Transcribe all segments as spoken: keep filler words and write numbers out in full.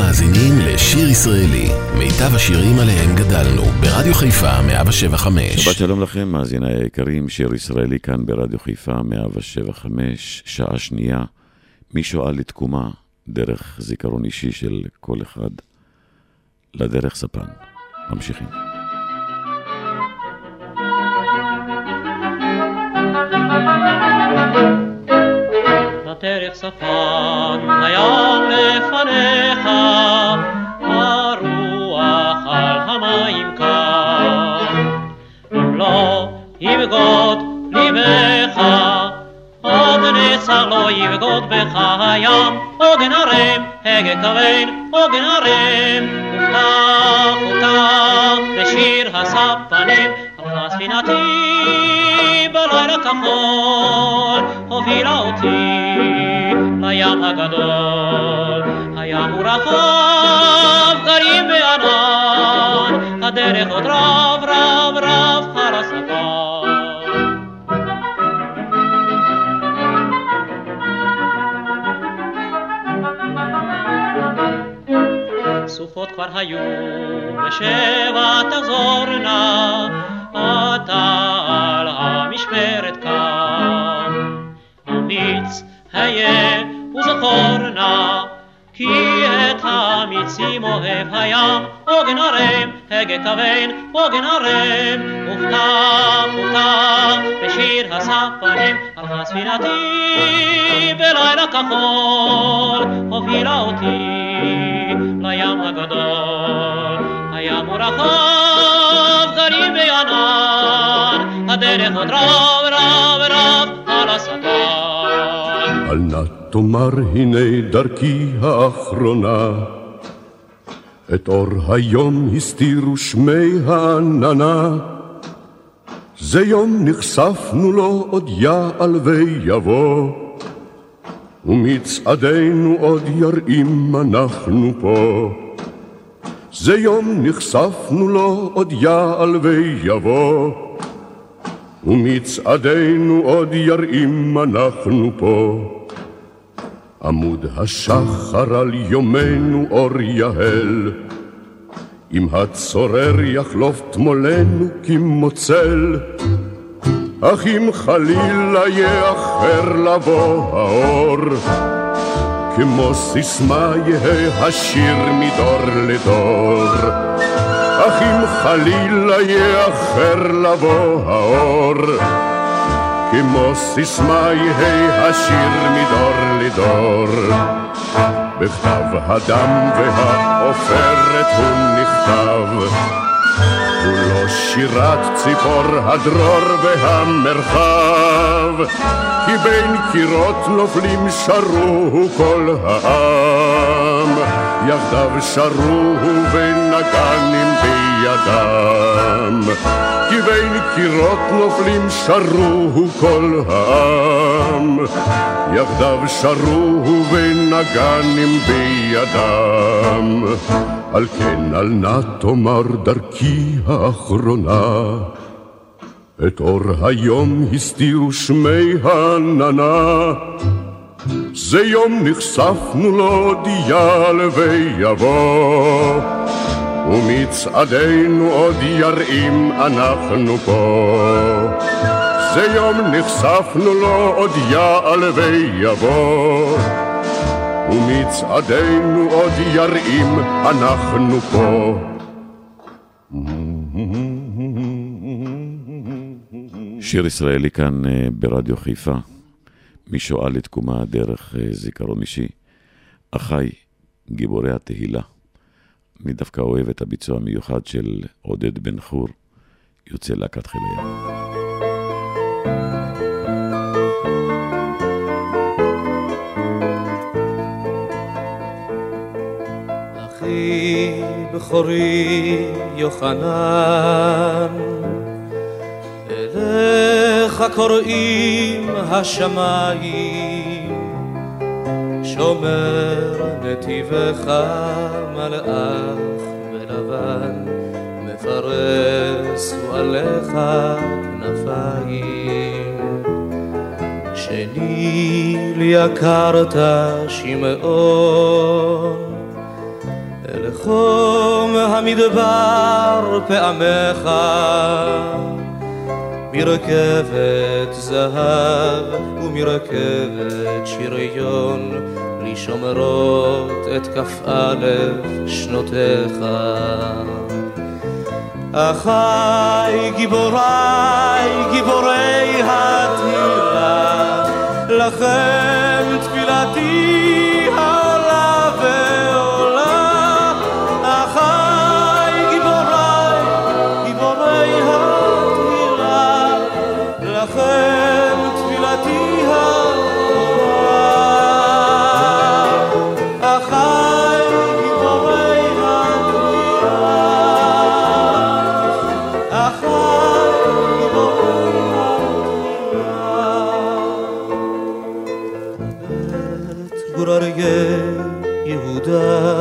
מאזינים לשיר ישראלי, מיטב השירים עליהם גדלנו, ברדיו חיפה מאה שבע וחמש. שבת שלום לכם, מאזיני היקרים, שיר ישראלי כאן ברדיו חיפה מאה שבע וחמש, שעה שנייה, משואה לתקומה, דרך זיכרון אישי של כל אחד, לדרך ספן. ממשיכים. דרך ספן הים לפניך, הרוח על המים כאן. אם לא יבגוד ליבך, עוד נצח לא יבגוד בך הים. עוגן הרם, הגה כוון, עוגן הרם, ופתח ופתח בשיר הספנים. על ספינתי בלילה כחול, הובילה אותי לים הגדול. הים הוא רחב, גרים בענן, הדרך עוד רב רב רב על הספן. סופות כבר היו בשבע תחזורנה, אתה על המשמרת כאן. אמיץ היה וזכורנה, כי את האמיצים אוהב הים. עוגן הרם, הגה כוון, עוגן הרם, ופתח ופתח בשיר הספנים. על ספינתי בלילה כחול, הובילה אותי לים הגדול. הים הוא רחב, גרים בענן, הדרך עוד רב רב רב על הספן. אל נא תאמר הנה דרכי האחרונה, את אור היום הסתירו שמי העננה. זה יום נחשפנו לו עוד יעל ויבוא, ומצעדנו עוד יראים אנחנו פה. זה יום נחשפנו לו עוד יעל ויבוא, ומצעדנו עוד יראים אנחנו פה. עמוד השחר על יומנו אור יהל, אם הצורר יחלוף תמולנו כמוצל. אך אם חלילה יאחר לבוא האור, כמו סיסמה יהיה השיר מדור לדור. אך אם חלילה יאחר לבוא האור, כמו סיסמה יהיה השיר מדור לדור. בכתב הדם והעופרת הוא נכתב, הוא לא שירת ציפור הדרור והמרחב. כי בין קירות נופלים שרו כל העם, יחדיו שרו ונגנים בידם. כי בין קירות נופלים שרו כל העם, יחדיו שרו ונגנים בידם. על כן אל נא תאמר דרכי האחרונה, את אור היום הסתירו שמי העננה. זה יום נחשפנו לו דיאל ויבוא, ומצעדנו עוד יראים אנחנו פה. זה יום נחשפנו לו עוד יעל ויבוא, ומצעדנו עוד יראים אנחנו פה. שיר ישראלי כאן ברדיו חיפה, משואה לתקומה דרך זיכרון אישי. אחי גיבורי התהילה. אני דווקא אוהב את הביצוע המיוחד של עודד בן חור, יוצא להקת חיל הים. אחי בכורי יוחנן, אליך קוראים השמיים, שומר נתיבך מלאך בלבן, מפרס עליך כנפיים. שני לי יקרת שמעון, בחום המדבר פעמך, מרכבת זהב ומרכבת שריון, לי שומרות את כף א' שנותיך. אחי גיבוריי, גיבורי התהילה, לכם תפילתי עולה ועולה. אחי גיבוריי, גיבורי התהילה, לכם תפילתי עולה. אחי גיבורי התהילה, גוררי יהודה,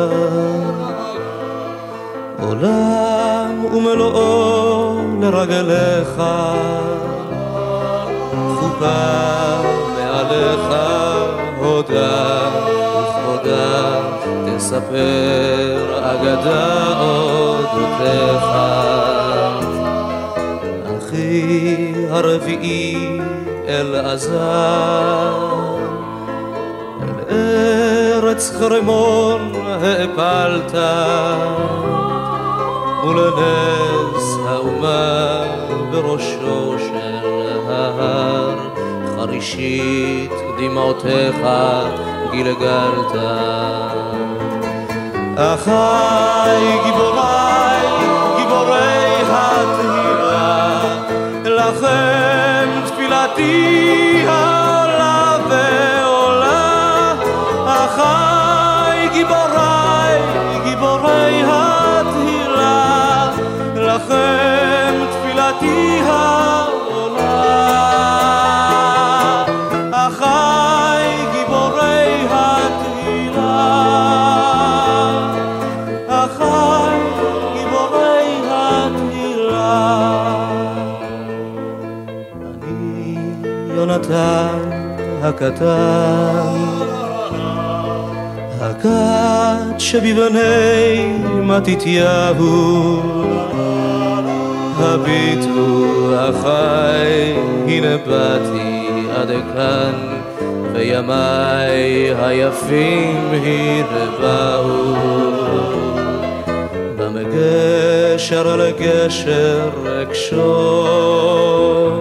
עולם ומלואו לרגליך, חופה מעליך הודה וכבודה, תספר אגדה אודותיך. אחי הרביעי אלעזר, ארץ חרמון העפלת, ולנס האומה בראשו של ההר, חרישית דמעותיך גלגלת. אחי גיבוריי, גיבורי התהילה, לכם תפילתי עולה ועולה. אחי גיבוריי, גיבורי התהילה, לכם תפילתי העולה. אחי גיבורי התהילה, אחי גיבורי התהילה. אני יונתן הקטן, הכת שבבני מתתיהו, הביטו אחי, הנה באתי עד כאן, וימיי היפים הנה באו. במגשר לגשר אקשור,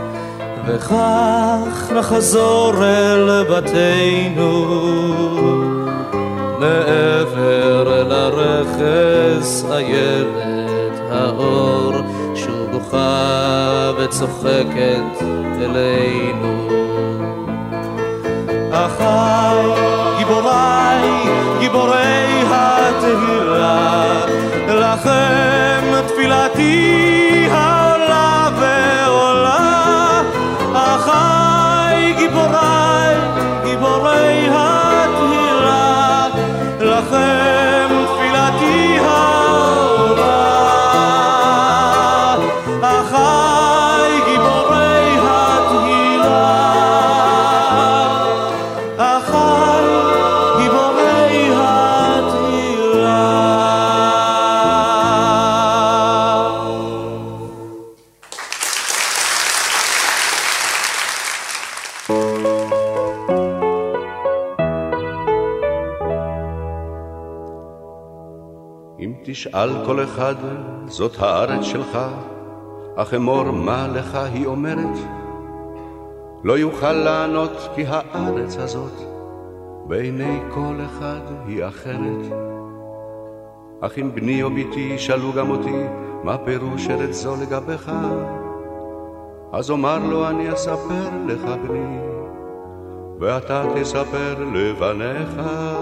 וכך נחזור אל בתינו, מעבר לרכס איילת האור, שוב בוכה וצוחקת אלינו. אחי גיבוריי, גיבורי התהילה, לכם תפילתי העולה ועולה. אחי גיבוריי, גיבורי התהילה, לכם תפילתי העולה. אחי גיבורי התהילה, אחי גיבורי התהילה. אם תשאל כל אחד, זאת הארץ שלך, אך אמור מה לך היא אומרת, לא יוכל לענות, כי הארץ הזאת בעיני כל אחד היא אחרת. אך אם בני או ביתי שאלו גם אותי, מה פירוש ארץ זו לגביך, אז אומר לו אני אספר לך בני, ואתה תספר לבניך.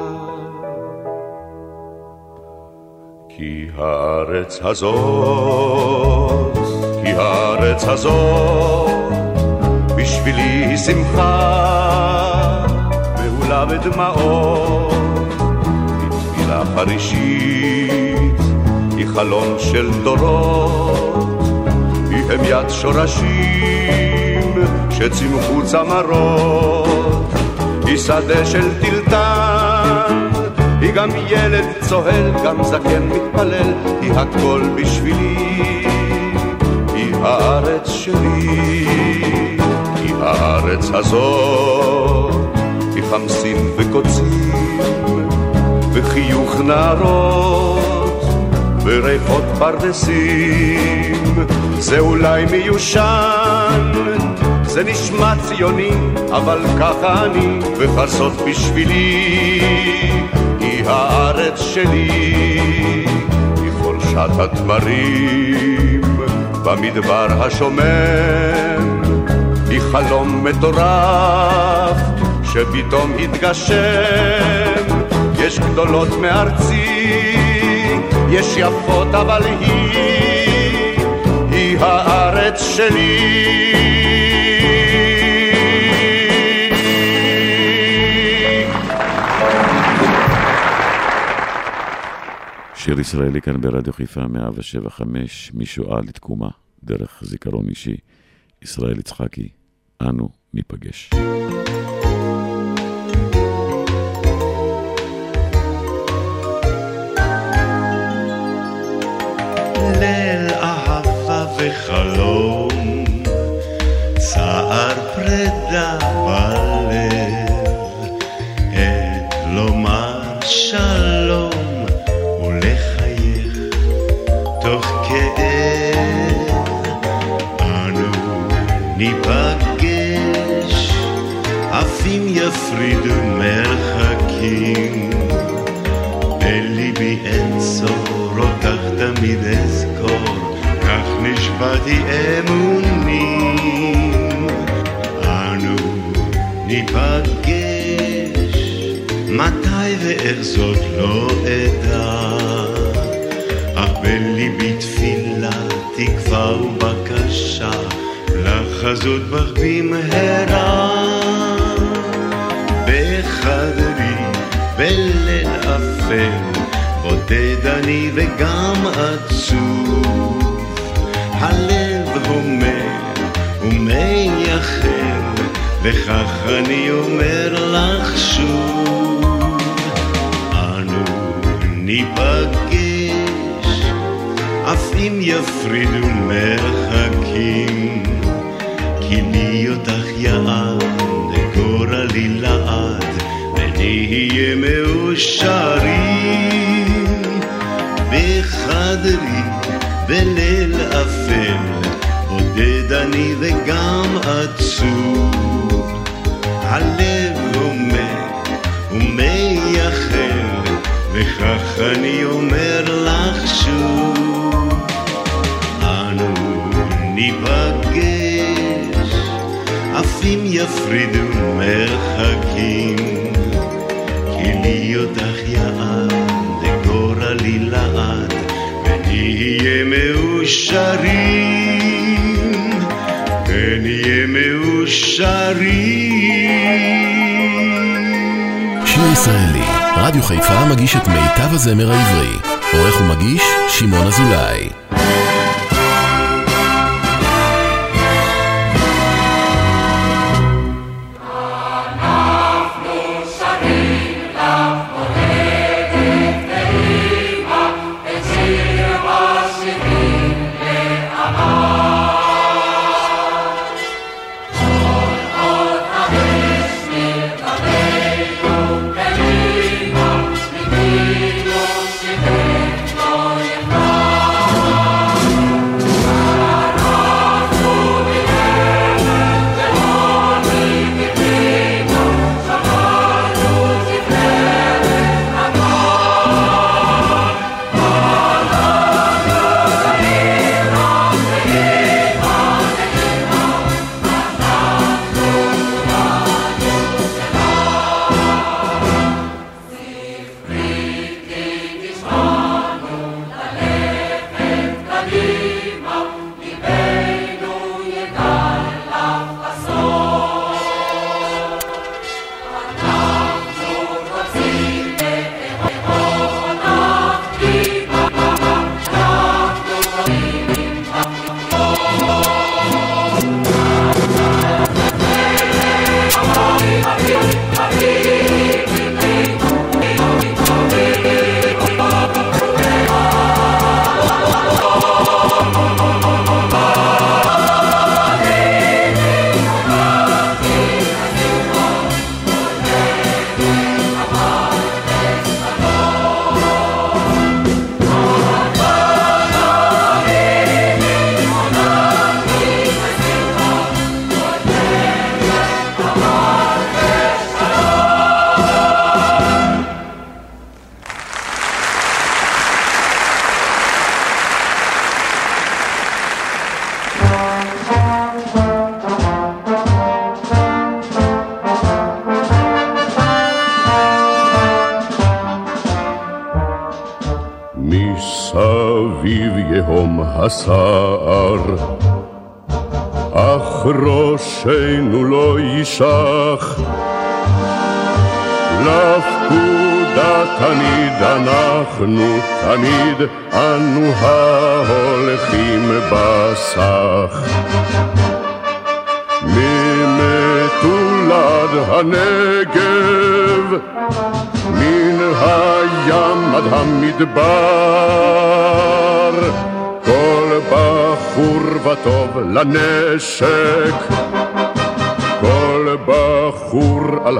כי הארץ הזאת, כי הארץ הזאת, בשבילי היא שמחה, מעולה ודמעות, היא תפילה חרישית, היא חלום של דורות, היא המיית שורשים שצמחו צמרות, היא שדה של טלטן, היא גם ילד צוהל, גם זקן מתפלל, היא הכל בשבילי, היא הארץ שלי, היא הארץ הזאת, היא חמסין וקוצים, וחיוך נערות, וריחות פרדסים. זה אולי מיושן, זה נשמע ציוני, אבל ככה אני, וחזות בשבילי, היא הארץ שלי, היא חולשת התמרים, במדבר השומם, היא חלום מטורף, שפתאום התגשם. יש גדולות מארצי, יש יפות, אבל היא, היא הארץ שלי. שיר ישראלי כאן ברדיו חיפה מאה שבע חמש, משואה לתקומה, דרך זיכרון אישי, ישראל יצחקי, אנו ניפגש. ליל אהבה וחלום, צער פרידה בלב, עת לומר שלום ולחייך תוך כאב. אנו ניפגש, עפים יפרידו מרחקים, בליבי אין צור, אותך תמיד אזכור, כך נשבעתי אמונים. אנו ניפגש, מתי ואיך זאת לא אדע, אך בליבי תפילה, תקווה ובקשה, לחזות בך במהרה. בחדרי בליל אפל, בודד אני וגם עצוב, הלב הומר ומייחל, וכך אני אומר לך שוב. אנו ניפגש, אף אם יפרידו מרחקים, כי לי אותך יעד, גורלי לעד, ונהיה מאושרים. בחדרי בליל אפל, בודד אני וגם עצוב, הלב הומר ומייחל, וכך אני אומר לך שוב. אנו ניפגש, אף אם יפרידו מרחקים, כי לי אותך יעד, גורלי לעד, ונהיה מאושרים, ונהיה מאושרים. שיר ישראלי, רדיו חיפה מגיש את מיטב הזמר העברי. עורך ומגיש שמעון אזולאי. Oh, מסביב יהום הסער, אך ראשנו לא יישך. לפקודה תמיד אנחנו, תמיד אנו ההולכים בסך. ממתולד הנגב, מן הים עד המדבר, כל בחור וטוב לנשק, כל בחור על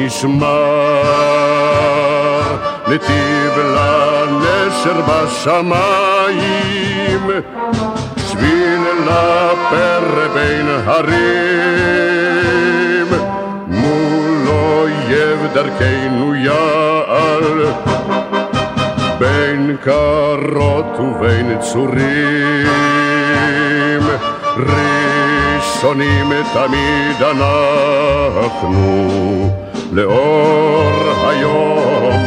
המשמר, נתיב לנשר בשמיים, שביל לפר בין הרים, מול אויב דרכנו יעל, בין קרות ובין צורים, ראשונים תמיד אנחנו, לאור היום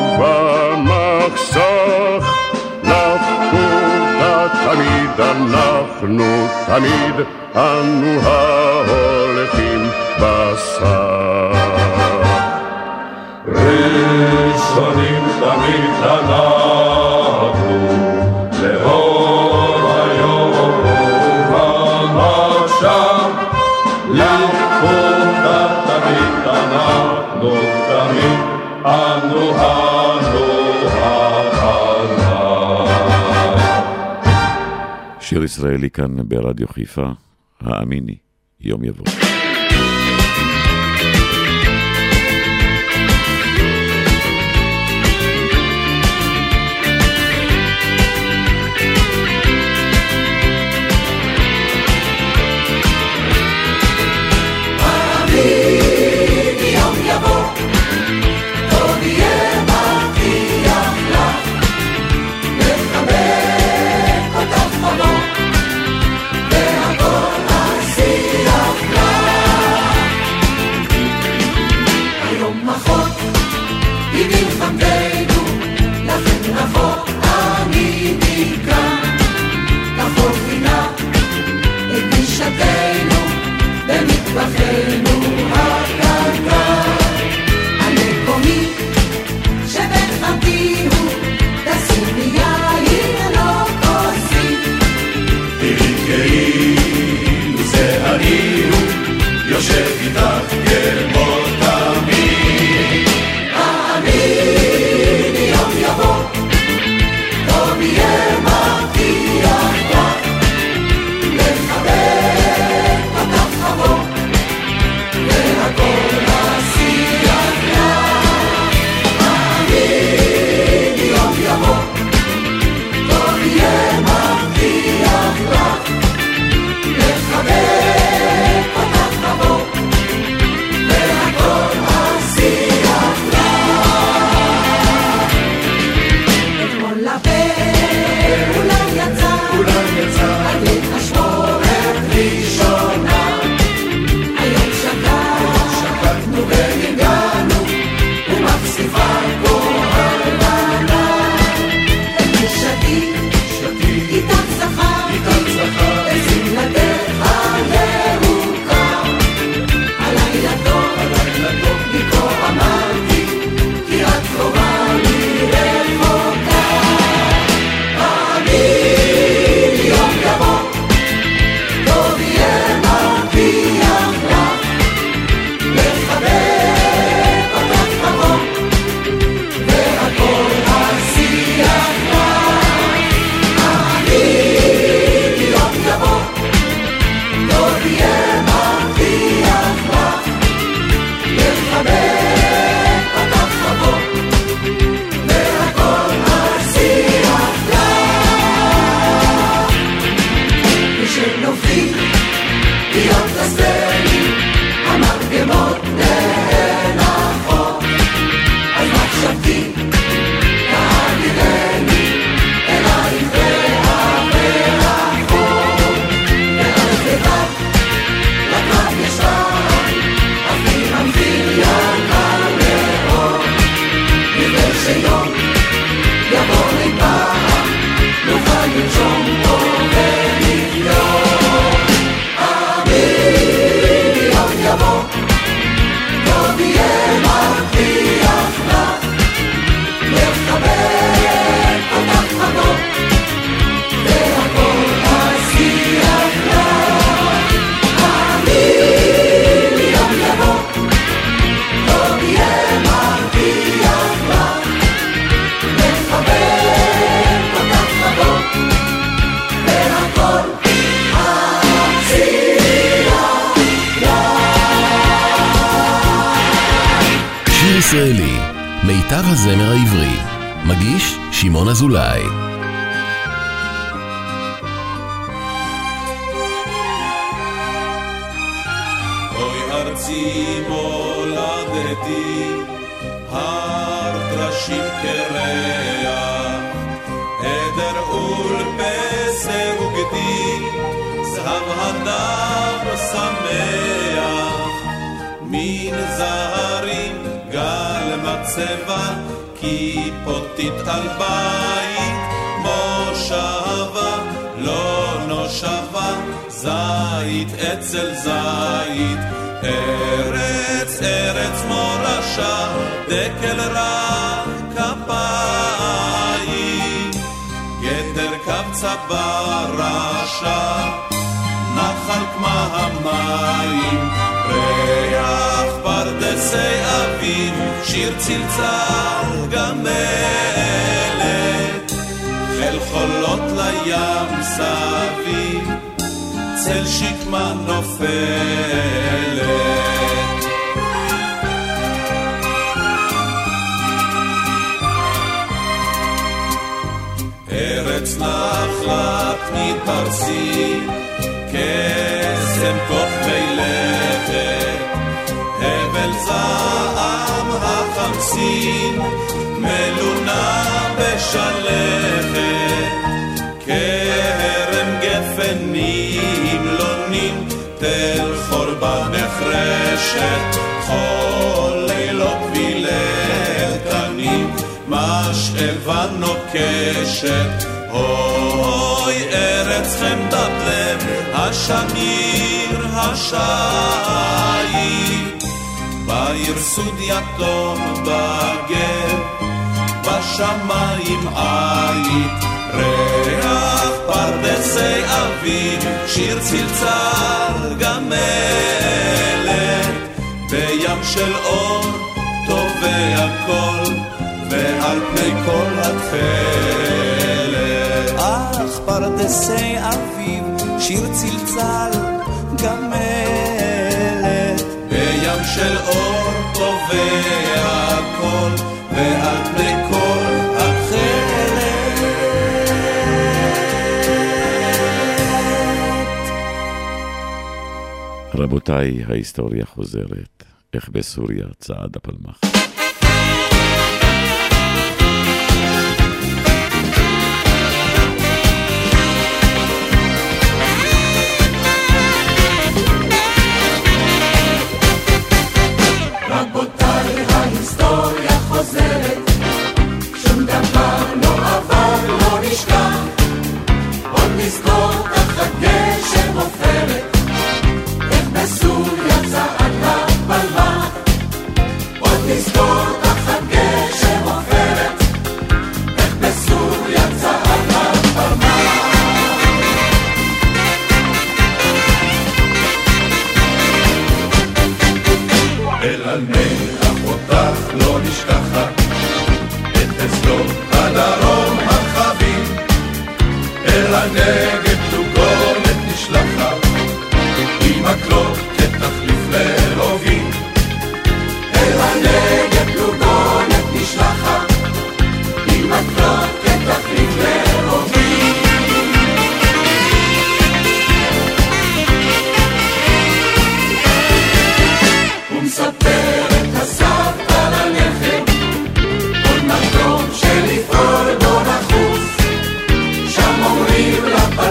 ובמחסך, לפקודה תמיד אנחנו, תמיד אנו ההולכים בסך. ראשונים תמיד אנחנו, לאור היום ובמחשב, לפקודה תמיד אנחנו, תמיד אנו ההולכים. שיר ישראלי כאן ברדיו חיפה, האמיני, יום יבוא. והכל השיח לך ישראלי, מיטב הזמר העברי. מגיש שמעון אזולאי. אוי ארצי מולדתי, הר טרשים קרח, עדר ולפסה וגדי, זהב הדר שמח, מן זהרים גל מצבה, כיפותית על בית מושבה, לא נושבה, זית אצל זית, ארץ ארץ מורשה, דקל רק כפיים, גדר קבצה ברשה, נחל כמה המים, ריח פרדסי אביב, שיר צלצל גמלת, חיל חולות לים סביב, צל שקמה נופלת. ארץ נחלת מתפרסים, קסם כוכבי לכת, הבל זעם החמסין, מלונה בשלכת, כרם גפנים לונים, תל חורבה נחרשת, כל לילות וליל תנים, משאבה נוקשת, אוי ארץ חמדת לב, השמיר השעי, בעיר סוד יתום בגב, בשמיים עית, ריח פרדסי אביב, שיר צלצל גמלת, בים של אור טובע כל, ועל פני כל התפלת. אך פרדסי אביב, שיר צלצל גמלת, בים של אור טובע כל, ועל פני כל התפלת. רבותיי, ההיסטוריה חוזרת. איך בסוריה צעד הפלמח. רבותיי, ההיסטוריה חוזרת, שום דבר לא עבר, לא נשכח, עוד נזכור תחת גשם עופרת, איך בסוריה צעד הפלמח, עוד נזכור תחת גשם עופרת, איך בסוריה צעד הפלמח. אל המלח אותך לא נשכחת, את אסדות הדרום הרחבים, אל הנגב פלוגונת נשלחת, עם מקלות כתחליף לרובים. אל הנגב פלוגונת נשלחת, עם מקלות כתחליף לרובים. ומספרת הסבתא לנכד, כל מקום שלפעול בו נחוץ, שם אומרים לה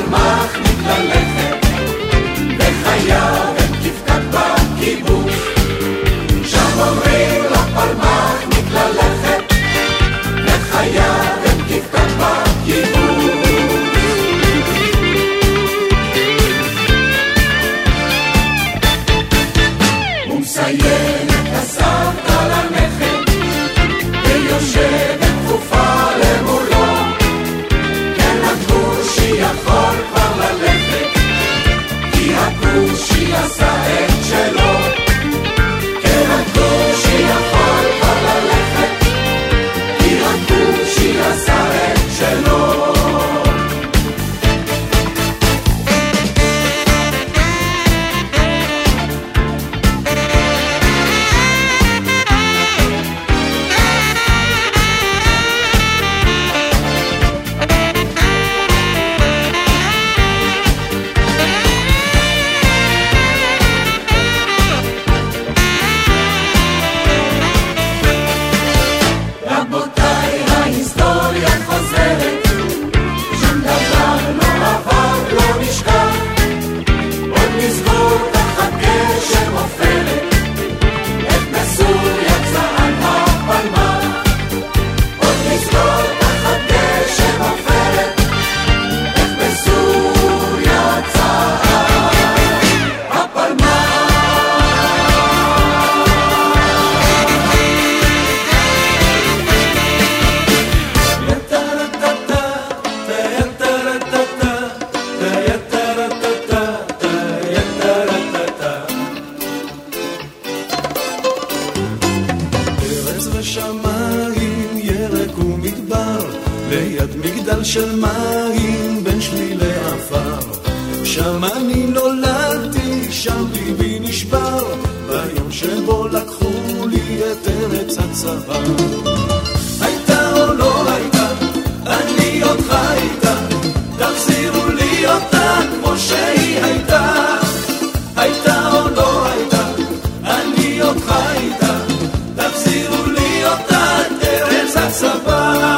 ליד מגדל של מים בין שבילי עפר. שם אני נולדתי, שם ליבי נשבר, ביום שבו לקחו לי את ארץ הצבא. הייתה או לא הייתה, אני עוד חייתה, תחזירו לי אותה כמו שהיא הייתה. הייתה או לא הייתה, אני עוד חייתה, תחזירו לי אותה את ארץ הצבא.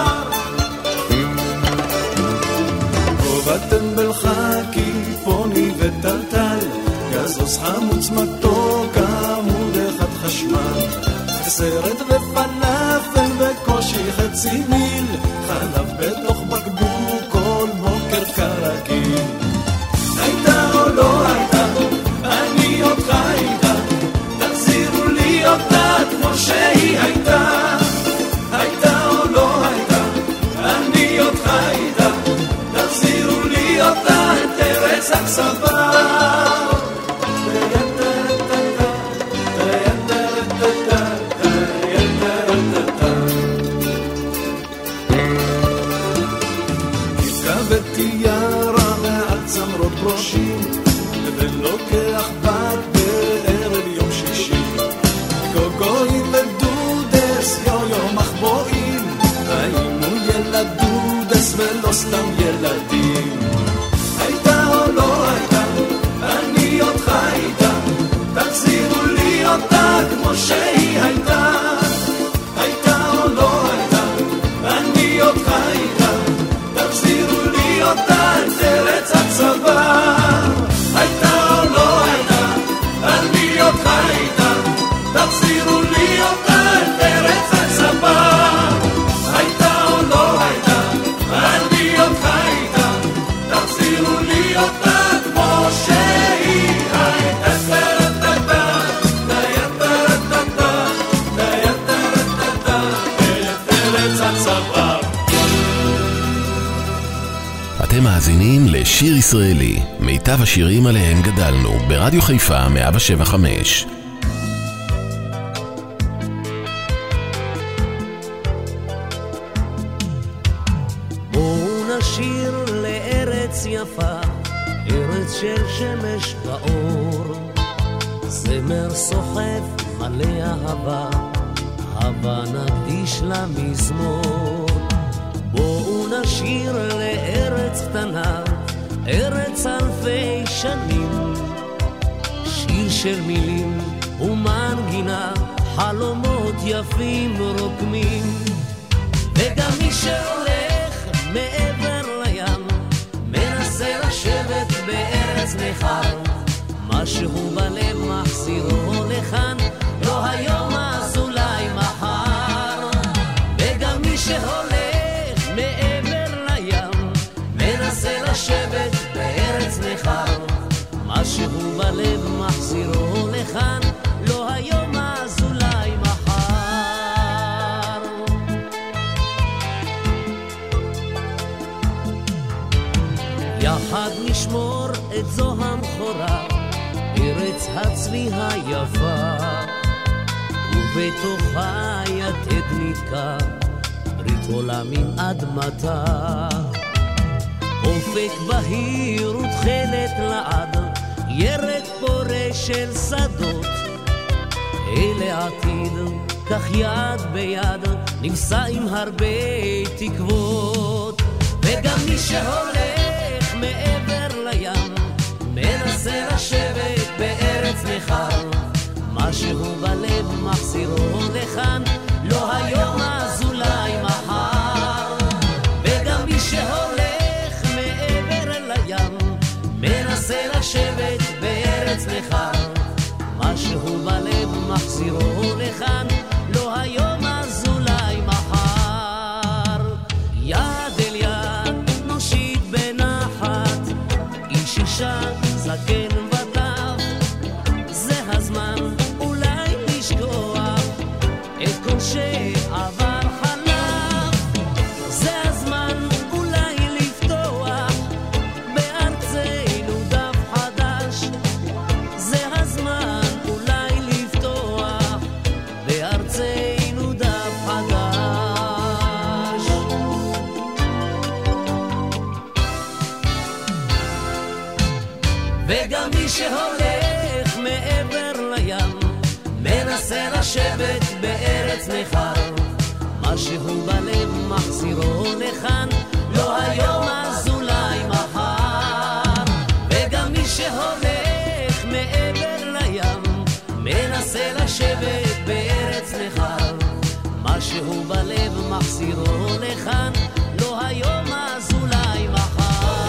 גובתם בלחקי, פוני וטלטל, גזוס חמוץ מתוק, עמוד אחד חשמל, סרט ופלאפל וקושי חצי מיל, חלב בתוך בקבוק כל בוקר כרגיל. הייתה או לא הייתה, אני עוד חייתה, תחזירו לי אותה כמו שהיא הייתה. הייתה או לא הייתה, אני עוד חייתה, תחזירו לי אותה את ארץ הצבא. ותיארה מעל צמרות ברושים, ולוקח בת בערב יום שישי. גוגויים ודודס, יו-יו מחבואים, היינו ילדודס ולא סתם ילדים. הייתה או לא הייתה, אני עוד חייתה, תחזירו לי אותה כמו שהיא הייתה. הייתה או לא הייתה, אני עוד חייתה, תחזירו לי אותה את ארץ הצבא. הייתה או לא הייתה, אני עוד חייתה, תחזירו לי אותה את ארץ הצבא. הייתה או לא הייתה, אני עוד חייתה, תחזירו לי אותה כמו שהיא הייתה. ארץ הצבא. אתם מאזינים לשיר ישראלי, מיטב השירים עליהם גדלנו, ברדיו חיפה מאה שבע חמש. בואו נשיר לארץ יפה, ארץ של שמש ואור, זמר סוחף מלא אהבה, אהבה נקדיש למזמור. בואו נשיר לארץ קטנה, ארץ אלפי שנים, שיר של מילים ומנגינה, חלומות יפים רוקמים. וגם מי שהולך מעבר לים, מנסה לשבת בארץ נכר, משהו בלב מחזירו לכאן, לא היום אז אולי מחר. וגם מי שהולך מעבר לים, מנסה לשבת בארץ נכר, משהו בלב מחזירו לכאן, לא היום אז אולי מחר. יחד נשמור את זו המחורה, ארץ הצבי היפה, ובתוכה יתד נתקע, ברית עולם עם אדמתה. אופק בהיר ותחלת לעד, ירד פורה של שדות, אלה עתיד, כך יד ביד, נמסע עם הרבה תקוות. וגם מי שהולך מעבר לים, מנסה לשבת בארץ נכר, משהו בלב מחזירו לכאן, לא היום אז אולי מחר. וגם מי שהולך מעבר לים, מנסה לשבת בארץ נכר, משהו בלב מחזירו לכאן, לא היום אז אולי מחר. יד אל יד נושיט בנחת, איש אישה זקן וטף, זה הזמן אולי לשכוח את כל שעבר חלף. זה הזמן אולי לפתוח בארצנו דף חדש, זה הזמן אולי לפתוח בארצנו דף חדש. וגם מי שהולך מעבר לים מנסה לשבת בארץ נכר, משהו בלב מחזירו לכאן, לא היום אז אולי מחר. וגם מי שהולך מעבר לים מנסה לשבת בארץ נכר, משהו בלב מחזירו לכאן, לא היום אז אולי מחר.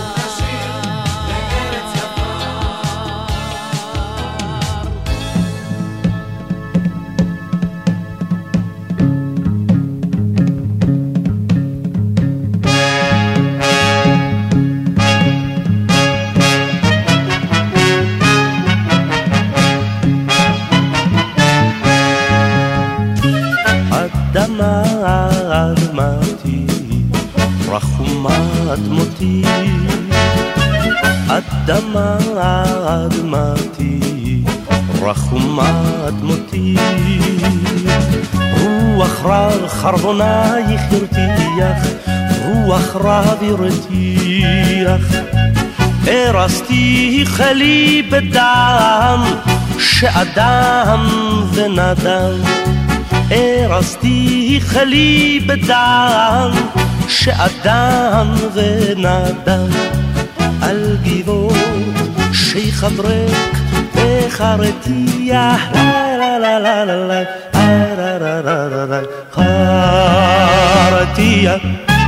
אדמה אדמתי, רחומת מותי, אדמה אדמתי, רחומת מותי, רוח רב חרבונייך ירתיח, רוח רב ירתיח, הרסתי חלי בדם, שאדם ונדם, הרסתי חלי בדם, שאדם ונדם, על גבעות שייך אברק וחרתיח, לה לה לה לה לה לה לה לה לה לה חרתיח.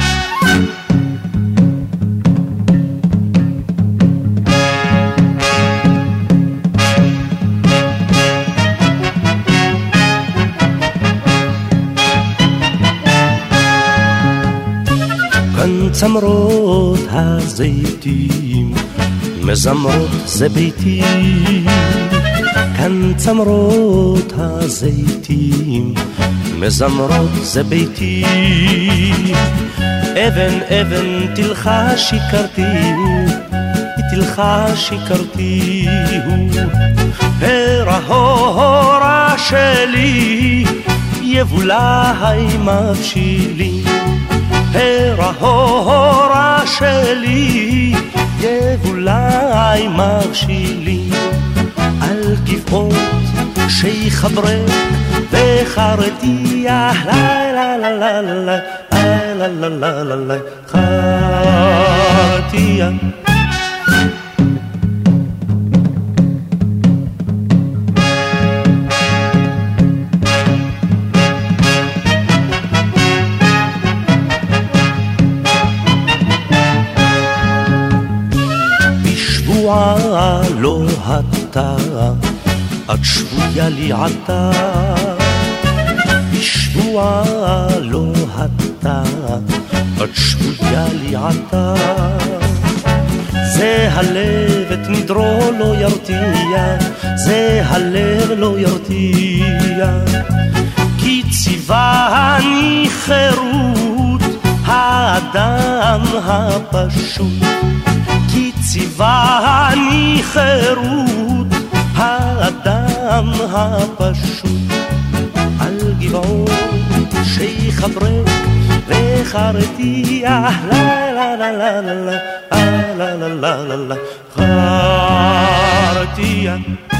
צמרות הזיתים מזמרות זה ביתי, כאן צמרות הזיתים מזמרות זה ביתי, אבן אבן תלכה שיקרתי, תלכה שיקרתי, הרהורה שלי יבולה מבשילי, הרהורה שלי יבולי מבשילי, על גבעות שייך אברק וחרתיח, לה לה לה לה לה לה לה לה לה לה חרתיח. לא אתה, את שבויה לי עתה, בשבועה לא אתה, את שבויה לי עתה, זה הלב את נדרו לא ירתיע, זה הלב לא ירתיע, כי ציווני חירות האדם הפשוט, כי ציווני חירות האדם הפשוט, על גבעות שייך אברק וחרתיח, לה לה לה לה לה לה לה לה לה לה חרתיח.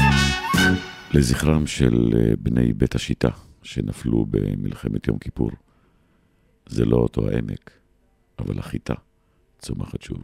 לזכרם של בני בית השיטה שנפלו במלחמת יום כיפור, זה לא אותו העמק, אבל החיטה צומחת שוב.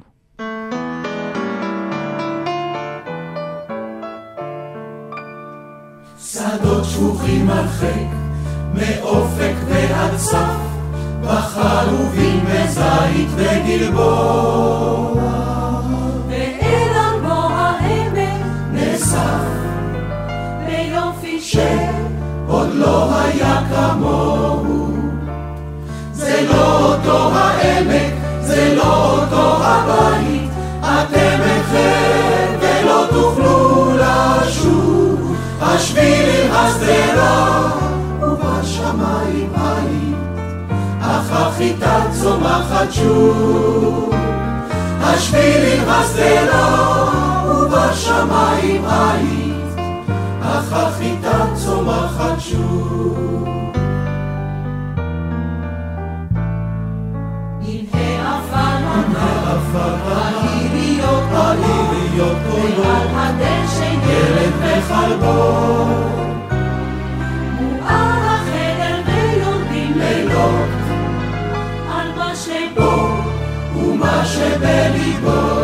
שדות שפוכים הרחק, מאופק ועד סף, בחלובים וזית וגלבוע, ואל אלבו העמק נאסף, ביופי שעוד לא היה כמוהו. זה לא אותו העמק, זה לא אותו הבית, אתם איתכם ולא תוכלו לשוב, השביל הסדרה ובשמיים היית, אך החיטה צומחת שוב. השביל הסדרה ובשמיים היית, אך החיטה צומחת שוב. העיריות, העיריות, ועל הדשא ילד וחלבו. מואר החדר ויורדים לילות על מה שבו ומה שבליבו.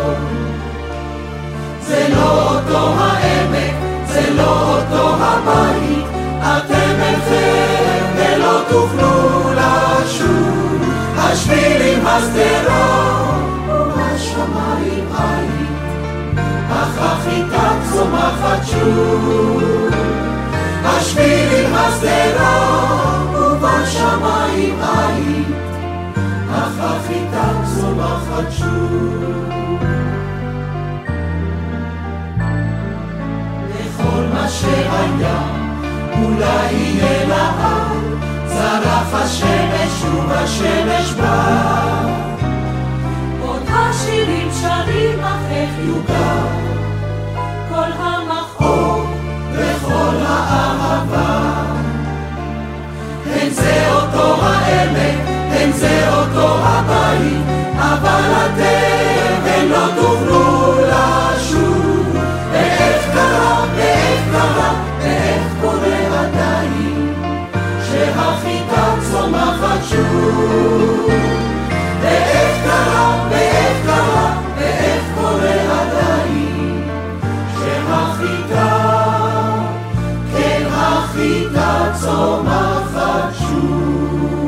זה לא אותו העמק, זה לא אותו הבית, אתם אינכם ולא תוכלו לשוב. השבילים הסדרות ובשמיים היית, אך החיטה צומחת שוב. השבילים הסדרות ובשמיים היית, אך החיטה צומחת שוב. לכל מה שהיה אולי יהיה לעד, זרח השמש ובשמש בא. עוד השירים שרים אך איך יוגע כל המחור וכל האהבה. אין זה אותו העמק, אין זה אותו הבית, אבל אתם אין לא תוכלו לשוב. ואיך קרה, ואיך קרה, ואיך קורה עדיין שהחיטה צומחת שוב. ואיך קרה, ואיך קרה, ואיך קורה עדיין שהחיטה, כן החיטה צומחת שוב.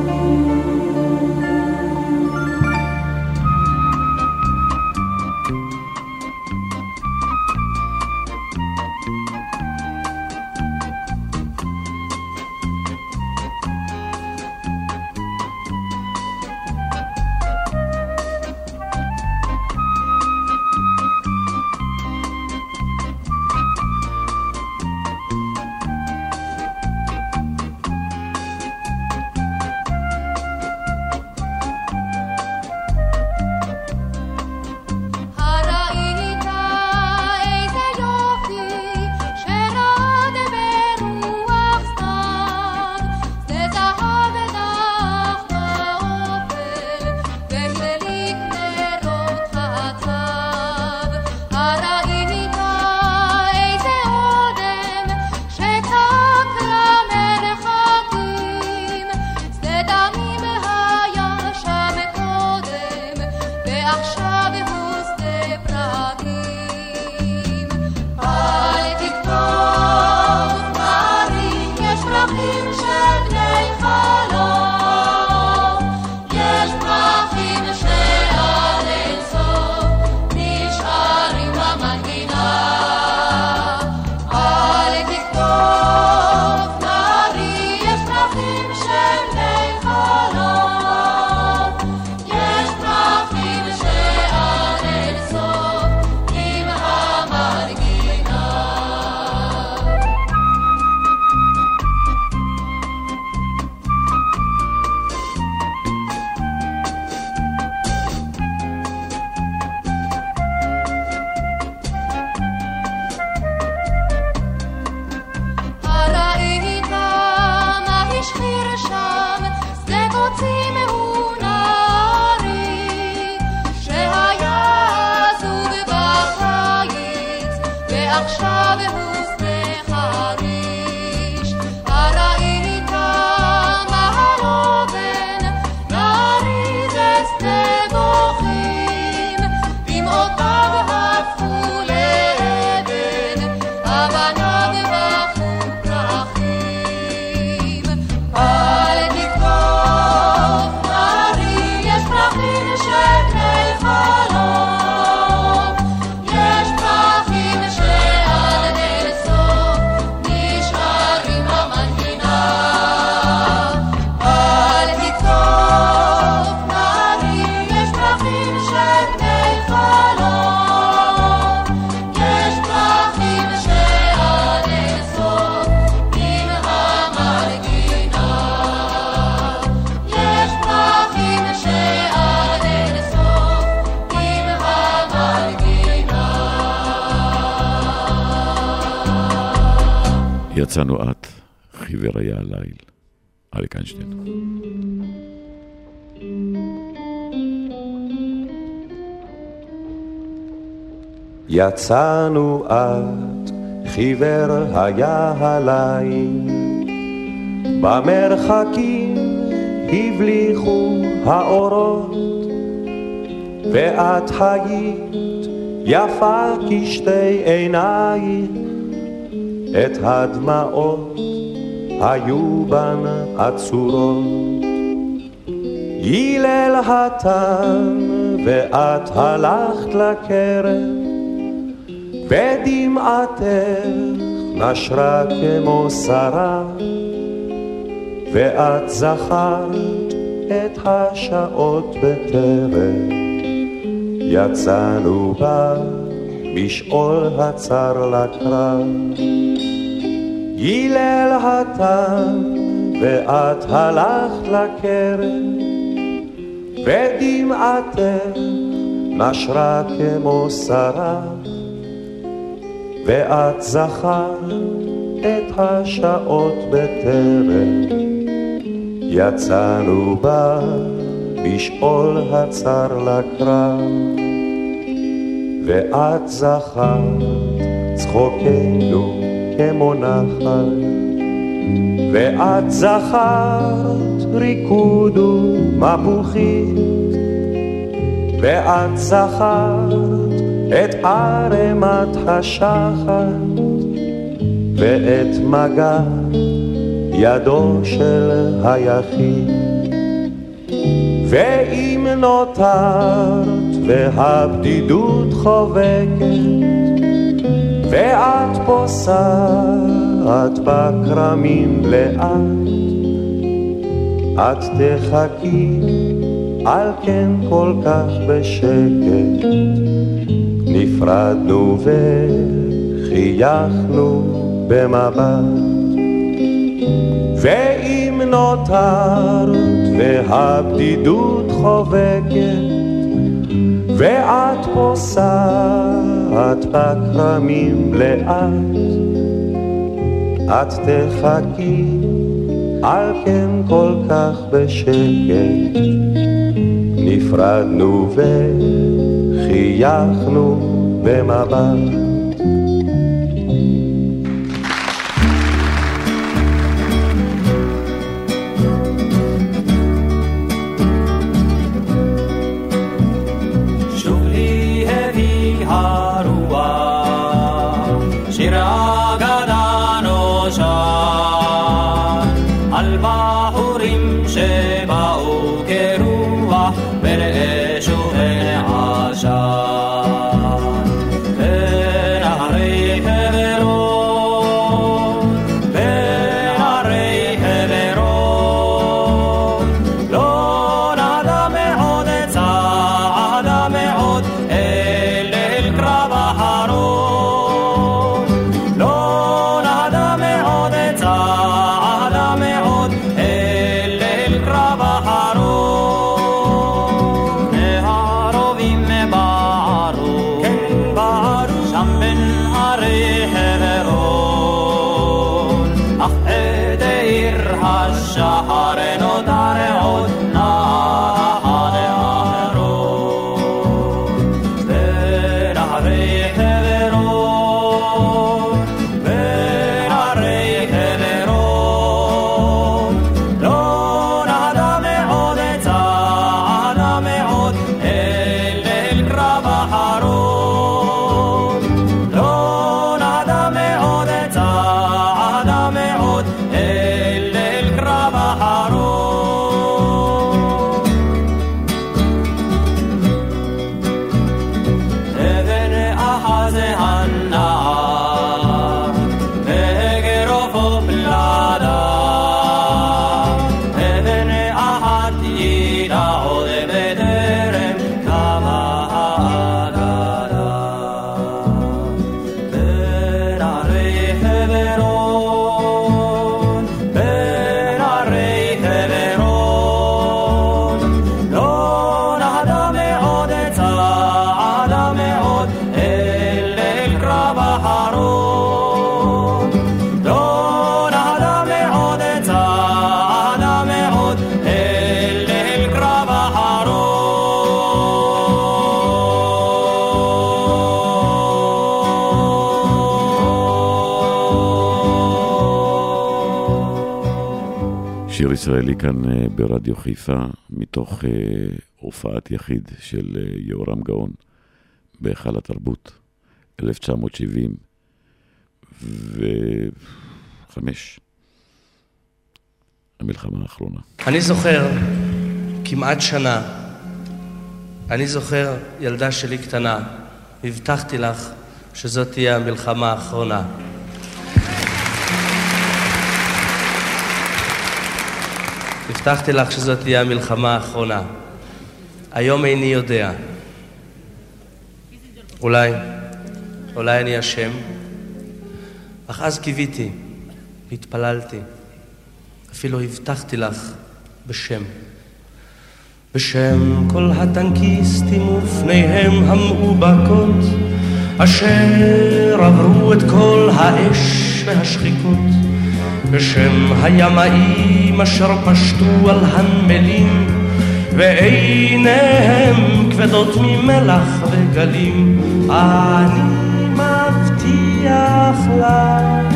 יצאנו את, חיוור היה הליל, אריק איינשטיין. יצאנו את חיוור היה הליל, במרחקים הבליחו האורות, ואת היית יפה כשתי עינייך, את הדמעות היו בן עצורות. הילל התן ואת הלכת לקרב, ודמעתך נשרה כמו שרה, ואת זכרת את השעות בטרם יצאנו בה משעול הצר לקרב. הילל התן ואת הלכת לקרב, ודמעתך נשרה כמו שרה, ואת זכרת את השעות בטרם יצאנו בה בשאול הצר לקרב. ואת זכרת צחוקנו כמו נחל, ואת זכרת ריקוד ומפוחית, ואת זכרת את ערמת השחת, ואת מגע ידו של היחיד. ואם נותרת והבדידות חובקת, ואת פוסעת בכרמים לאט, את תחכי על כן כל כך בשקט. נפרדנו וחייכנו במבט, ואם נותרת והבדידות חובקת, ואת פוסעת בכרמים לאט, את תחכי על כן כל כך בשקט. נפרדנו וחייכנו במבט. Krab שיר ישראלי כאן ברדיו חיפה, מתוך הופעת יחיד של יורם גאון בהיכל התרבות, אלף תשע מאות שבעים וחמש, המלחמה האחרונה. אני זוכר כמעט שנה, אני זוכר ילדה שלי קטנה, הבטחתי לך שזאת תהיה המלחמה האחרונה. הבטחתי לך שזאת תהיה המלחמה האחרונה. היום איני יודע. אולי, אולי אני אשם. אך אז קיוויתי, התפללתי. אפילו הבטחתי לך בשם. בשם כל הטנקיסטים ופניהם המאובקות, אשר עברו את כל האש והשחיקות. בשם הימאים אשר פשטו על הנמלים, ועיניהם כבדות ממלח וגלים. אני מבטיח לך,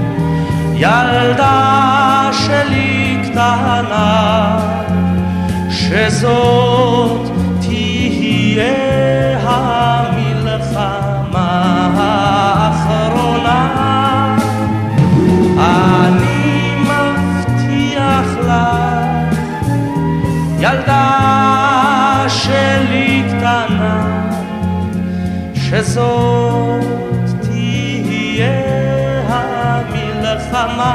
ילדה שלי קטנה, שזאת תהיה המלחמה האחרונה. אני מבטיח לך, ילדה שלי קטנה, שזאת תהיה המלחמה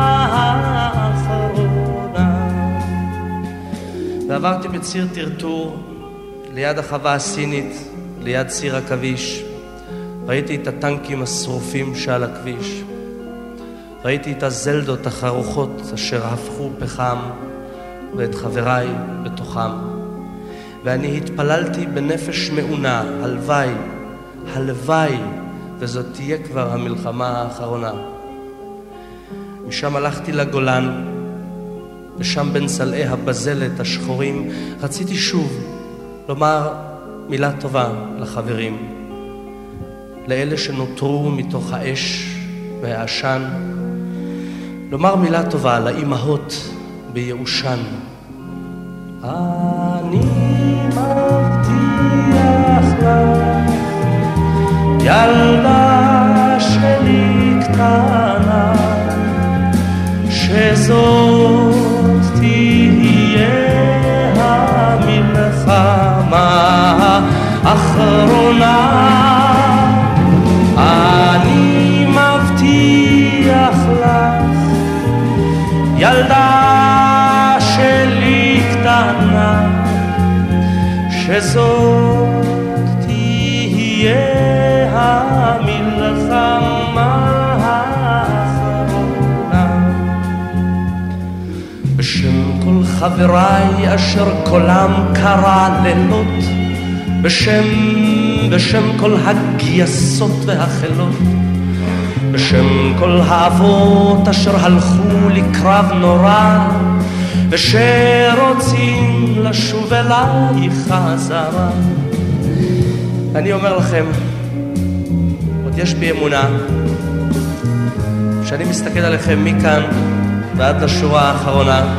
האחרונה. ועברתי בציר טרטור, ליד החווה הסינית, ליד ציר הכביש. ראיתי את הטנקים השרופים שעל הכביש. ראיתי את הזלדות החרוכות אשר הפכו פחם, ואת חבריי בתוכם. ואני התפללתי בנפש מעונה, הלוואי, הלוואי, וזאת תהיה כבר המלחמה האחרונה. משם הלכתי לגולן, ושם בין סלעי הבזלת השחורים רציתי שוב לומר מילה טובה לחברים, לאלה שנותרו מתוך האש והעשן, לומר מילה טובה לאימהות בייאושן. אני מבטיח לך, ילדה שלי קטנה, שזאת תהיה המלחמה האחרונה. אני מבטיח לך, ילדה שלי קטנה, שזאת תהיה המלחמה האחרונה. בשם כל חבריי אשר קולם קרא לילות, בשם, בשם כל הגייסות והחילות, בשם כל האבות אשר הלכו לקרב נורא, ושרוצים לשוב אליי חזרה. אני אומר לכם, עוד יש בי אמונה, שאני מסתכל עליכם מכאן ועד לשורה האחרונה.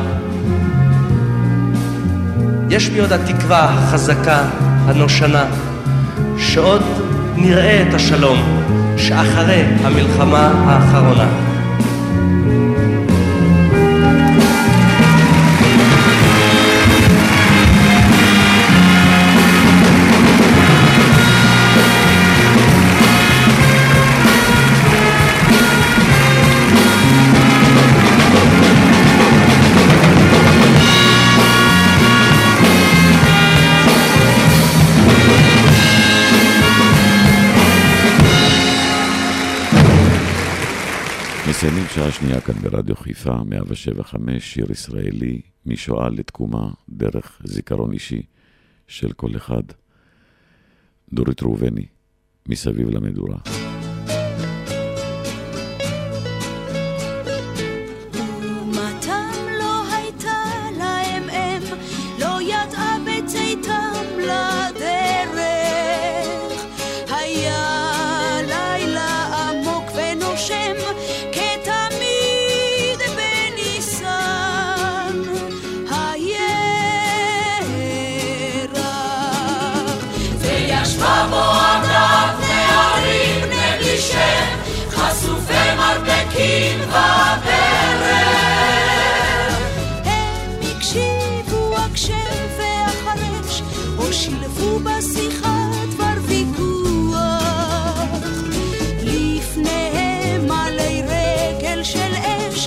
יש בי עוד התקווה החזקה, הנושנה, שעוד נראה את השלום שאחרי המלחמה האחרונה. מסיימים שעה שנייה כאן ברדיו חיפה, מאה שבע נקודה חמש, שיר ישראלי, משואה לתקומה, דרך זיכרון אישי של כל אחד. דורית ראובני, מסביב למדורה. ומתם לא הייתה להם אם, לא ידעה בצאתם לדרך. היה לילה עמוק ונושם, כתמיד בניסן. ובועדת נערים בני בלי שם, חשופי מרפקים וברך. הם הקשיבו הקשב והחרש, או שילבו בשיחה דבר ויכוח. לפניהם עלי רגל של אש,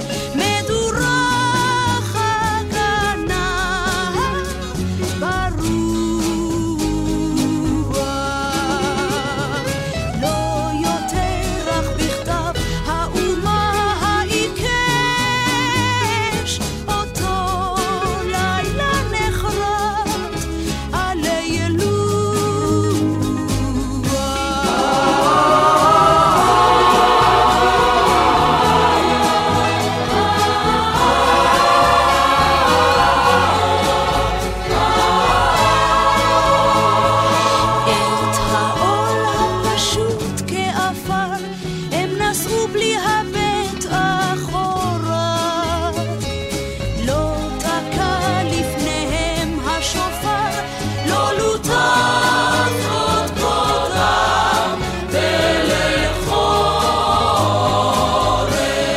מדורה חגנה ברוח. לא יותר אך בכתב האומה העיקש, אותו לילה נחרט עלי את העול הפשוט כאפר הם נסעו בלי הבט אחורה. לא תקע לפניהם השופר, לא לוטף עוד קודם ולחורף.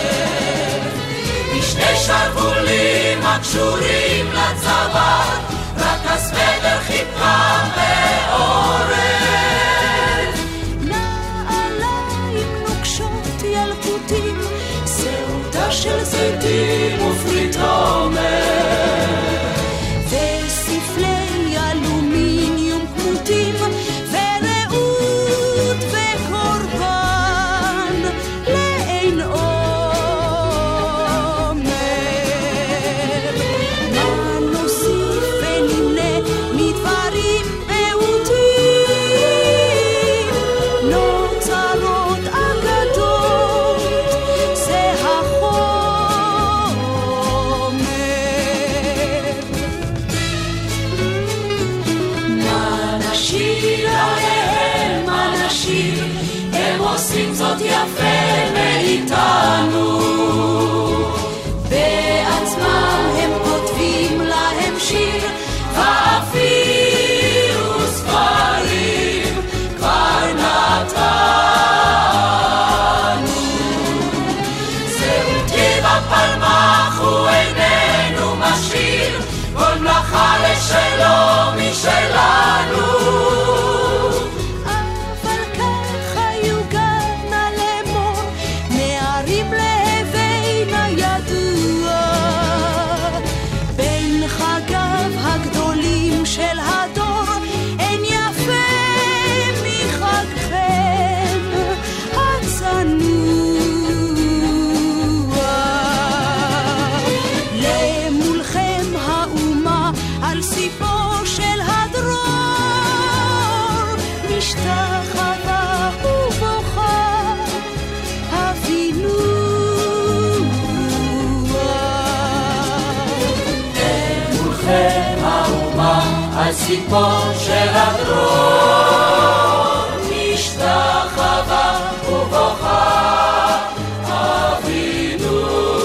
בשני שרוולים הקשורים לצוואר, רק הסוודר חיפקם בעורף. נעליים נוקשות ילקוטים, סעודה של זיתים ופרי תומר, וספלי אלומיניום כמותים, ורעות וקורבן לאין עומר. מה נוסיף ונמנה מדברים פעוטים, נוצרות אגדות, זה החומר. מה נשיר עליהם, מה נשיר, הם עושים זאת יפה מאיתנו. בעצמם הם כותבים להם שיר, ואפילו ספרים כבר נתנו. זהו טבע פלמח הוא איננו משאיר, כל מלאכה לשלו משלנו. אבל כך היו גם לאמור, נערים להבין הידוע. בין חגיו הגדולים של הדור, אין יפה מחגכם הצנוע. למולכם האומה על סיפו של הדרור, משתחווה ובוכה אבינו. למולכם האומה על סיפו של הדרור, משתחווה ובוכה אבינו.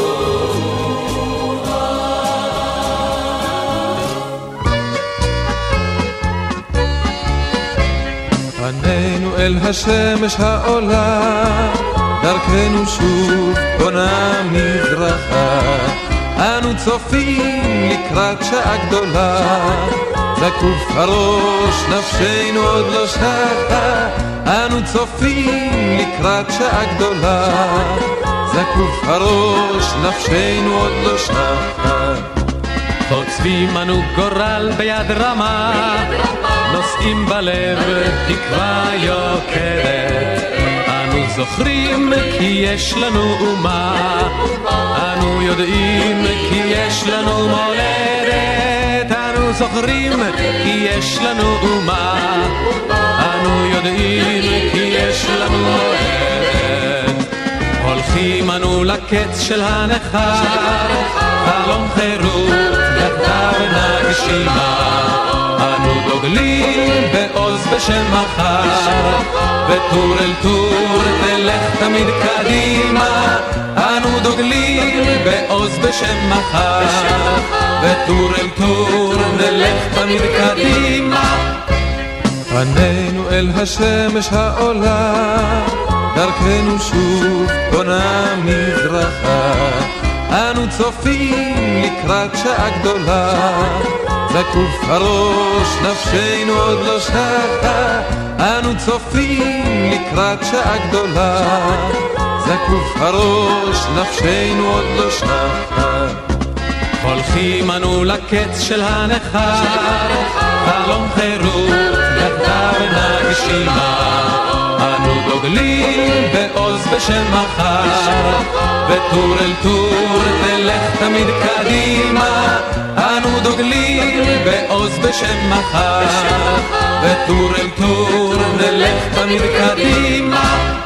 פנינו אל השמש העולה, דרכנו שוב בונה מזרחה. אנו צופים לקראת שעה גדולה, זקוף הראש נפשנו עוד לא שחה. אנו צופים לקראת שעה גדולה, זקוף הראש נפשנו עוד לא שחה. חוצבים אנו גורל ביד רמה, נושאים בלב תקווה יוקדת. אנו זוכרים כי יש לנו אומה, אנו יודעים כי יש לנו מולדת. אנו זוכרים כי יש לנו אומה, אנו יודעים כי יש לנו מולדת. הולכים אנו לקץ של הנחר, חלום חירות יחדיו נגשימה. אנו דוגלים בעוז בשם מחר, וטור אל טור תלך תמיד קדימה. אנו דוגלים בעוז בשם מחר, וטור אל טור נלך תמיד קדימה. פנינו אל השמש העולה, דרכנו שוב פונה מזרחה, אנו צופים לקראת שעה גדולה, זקוף הראש נפשנו עוד לא שחה, אנו צופים לקראת שעה גדולה, זקוף הראש נפשנו עוד לא שחה. הולכים אנו לקץ של הנכר, חלום חירות יחדיו נגשימה, אנו דוגלים בעוז בשם מחר, וטור אל טור תלך תמיד קדימה, אנו דוגלים בעוז בשם מחר, וטור אל טור נלך תמיד קדימה.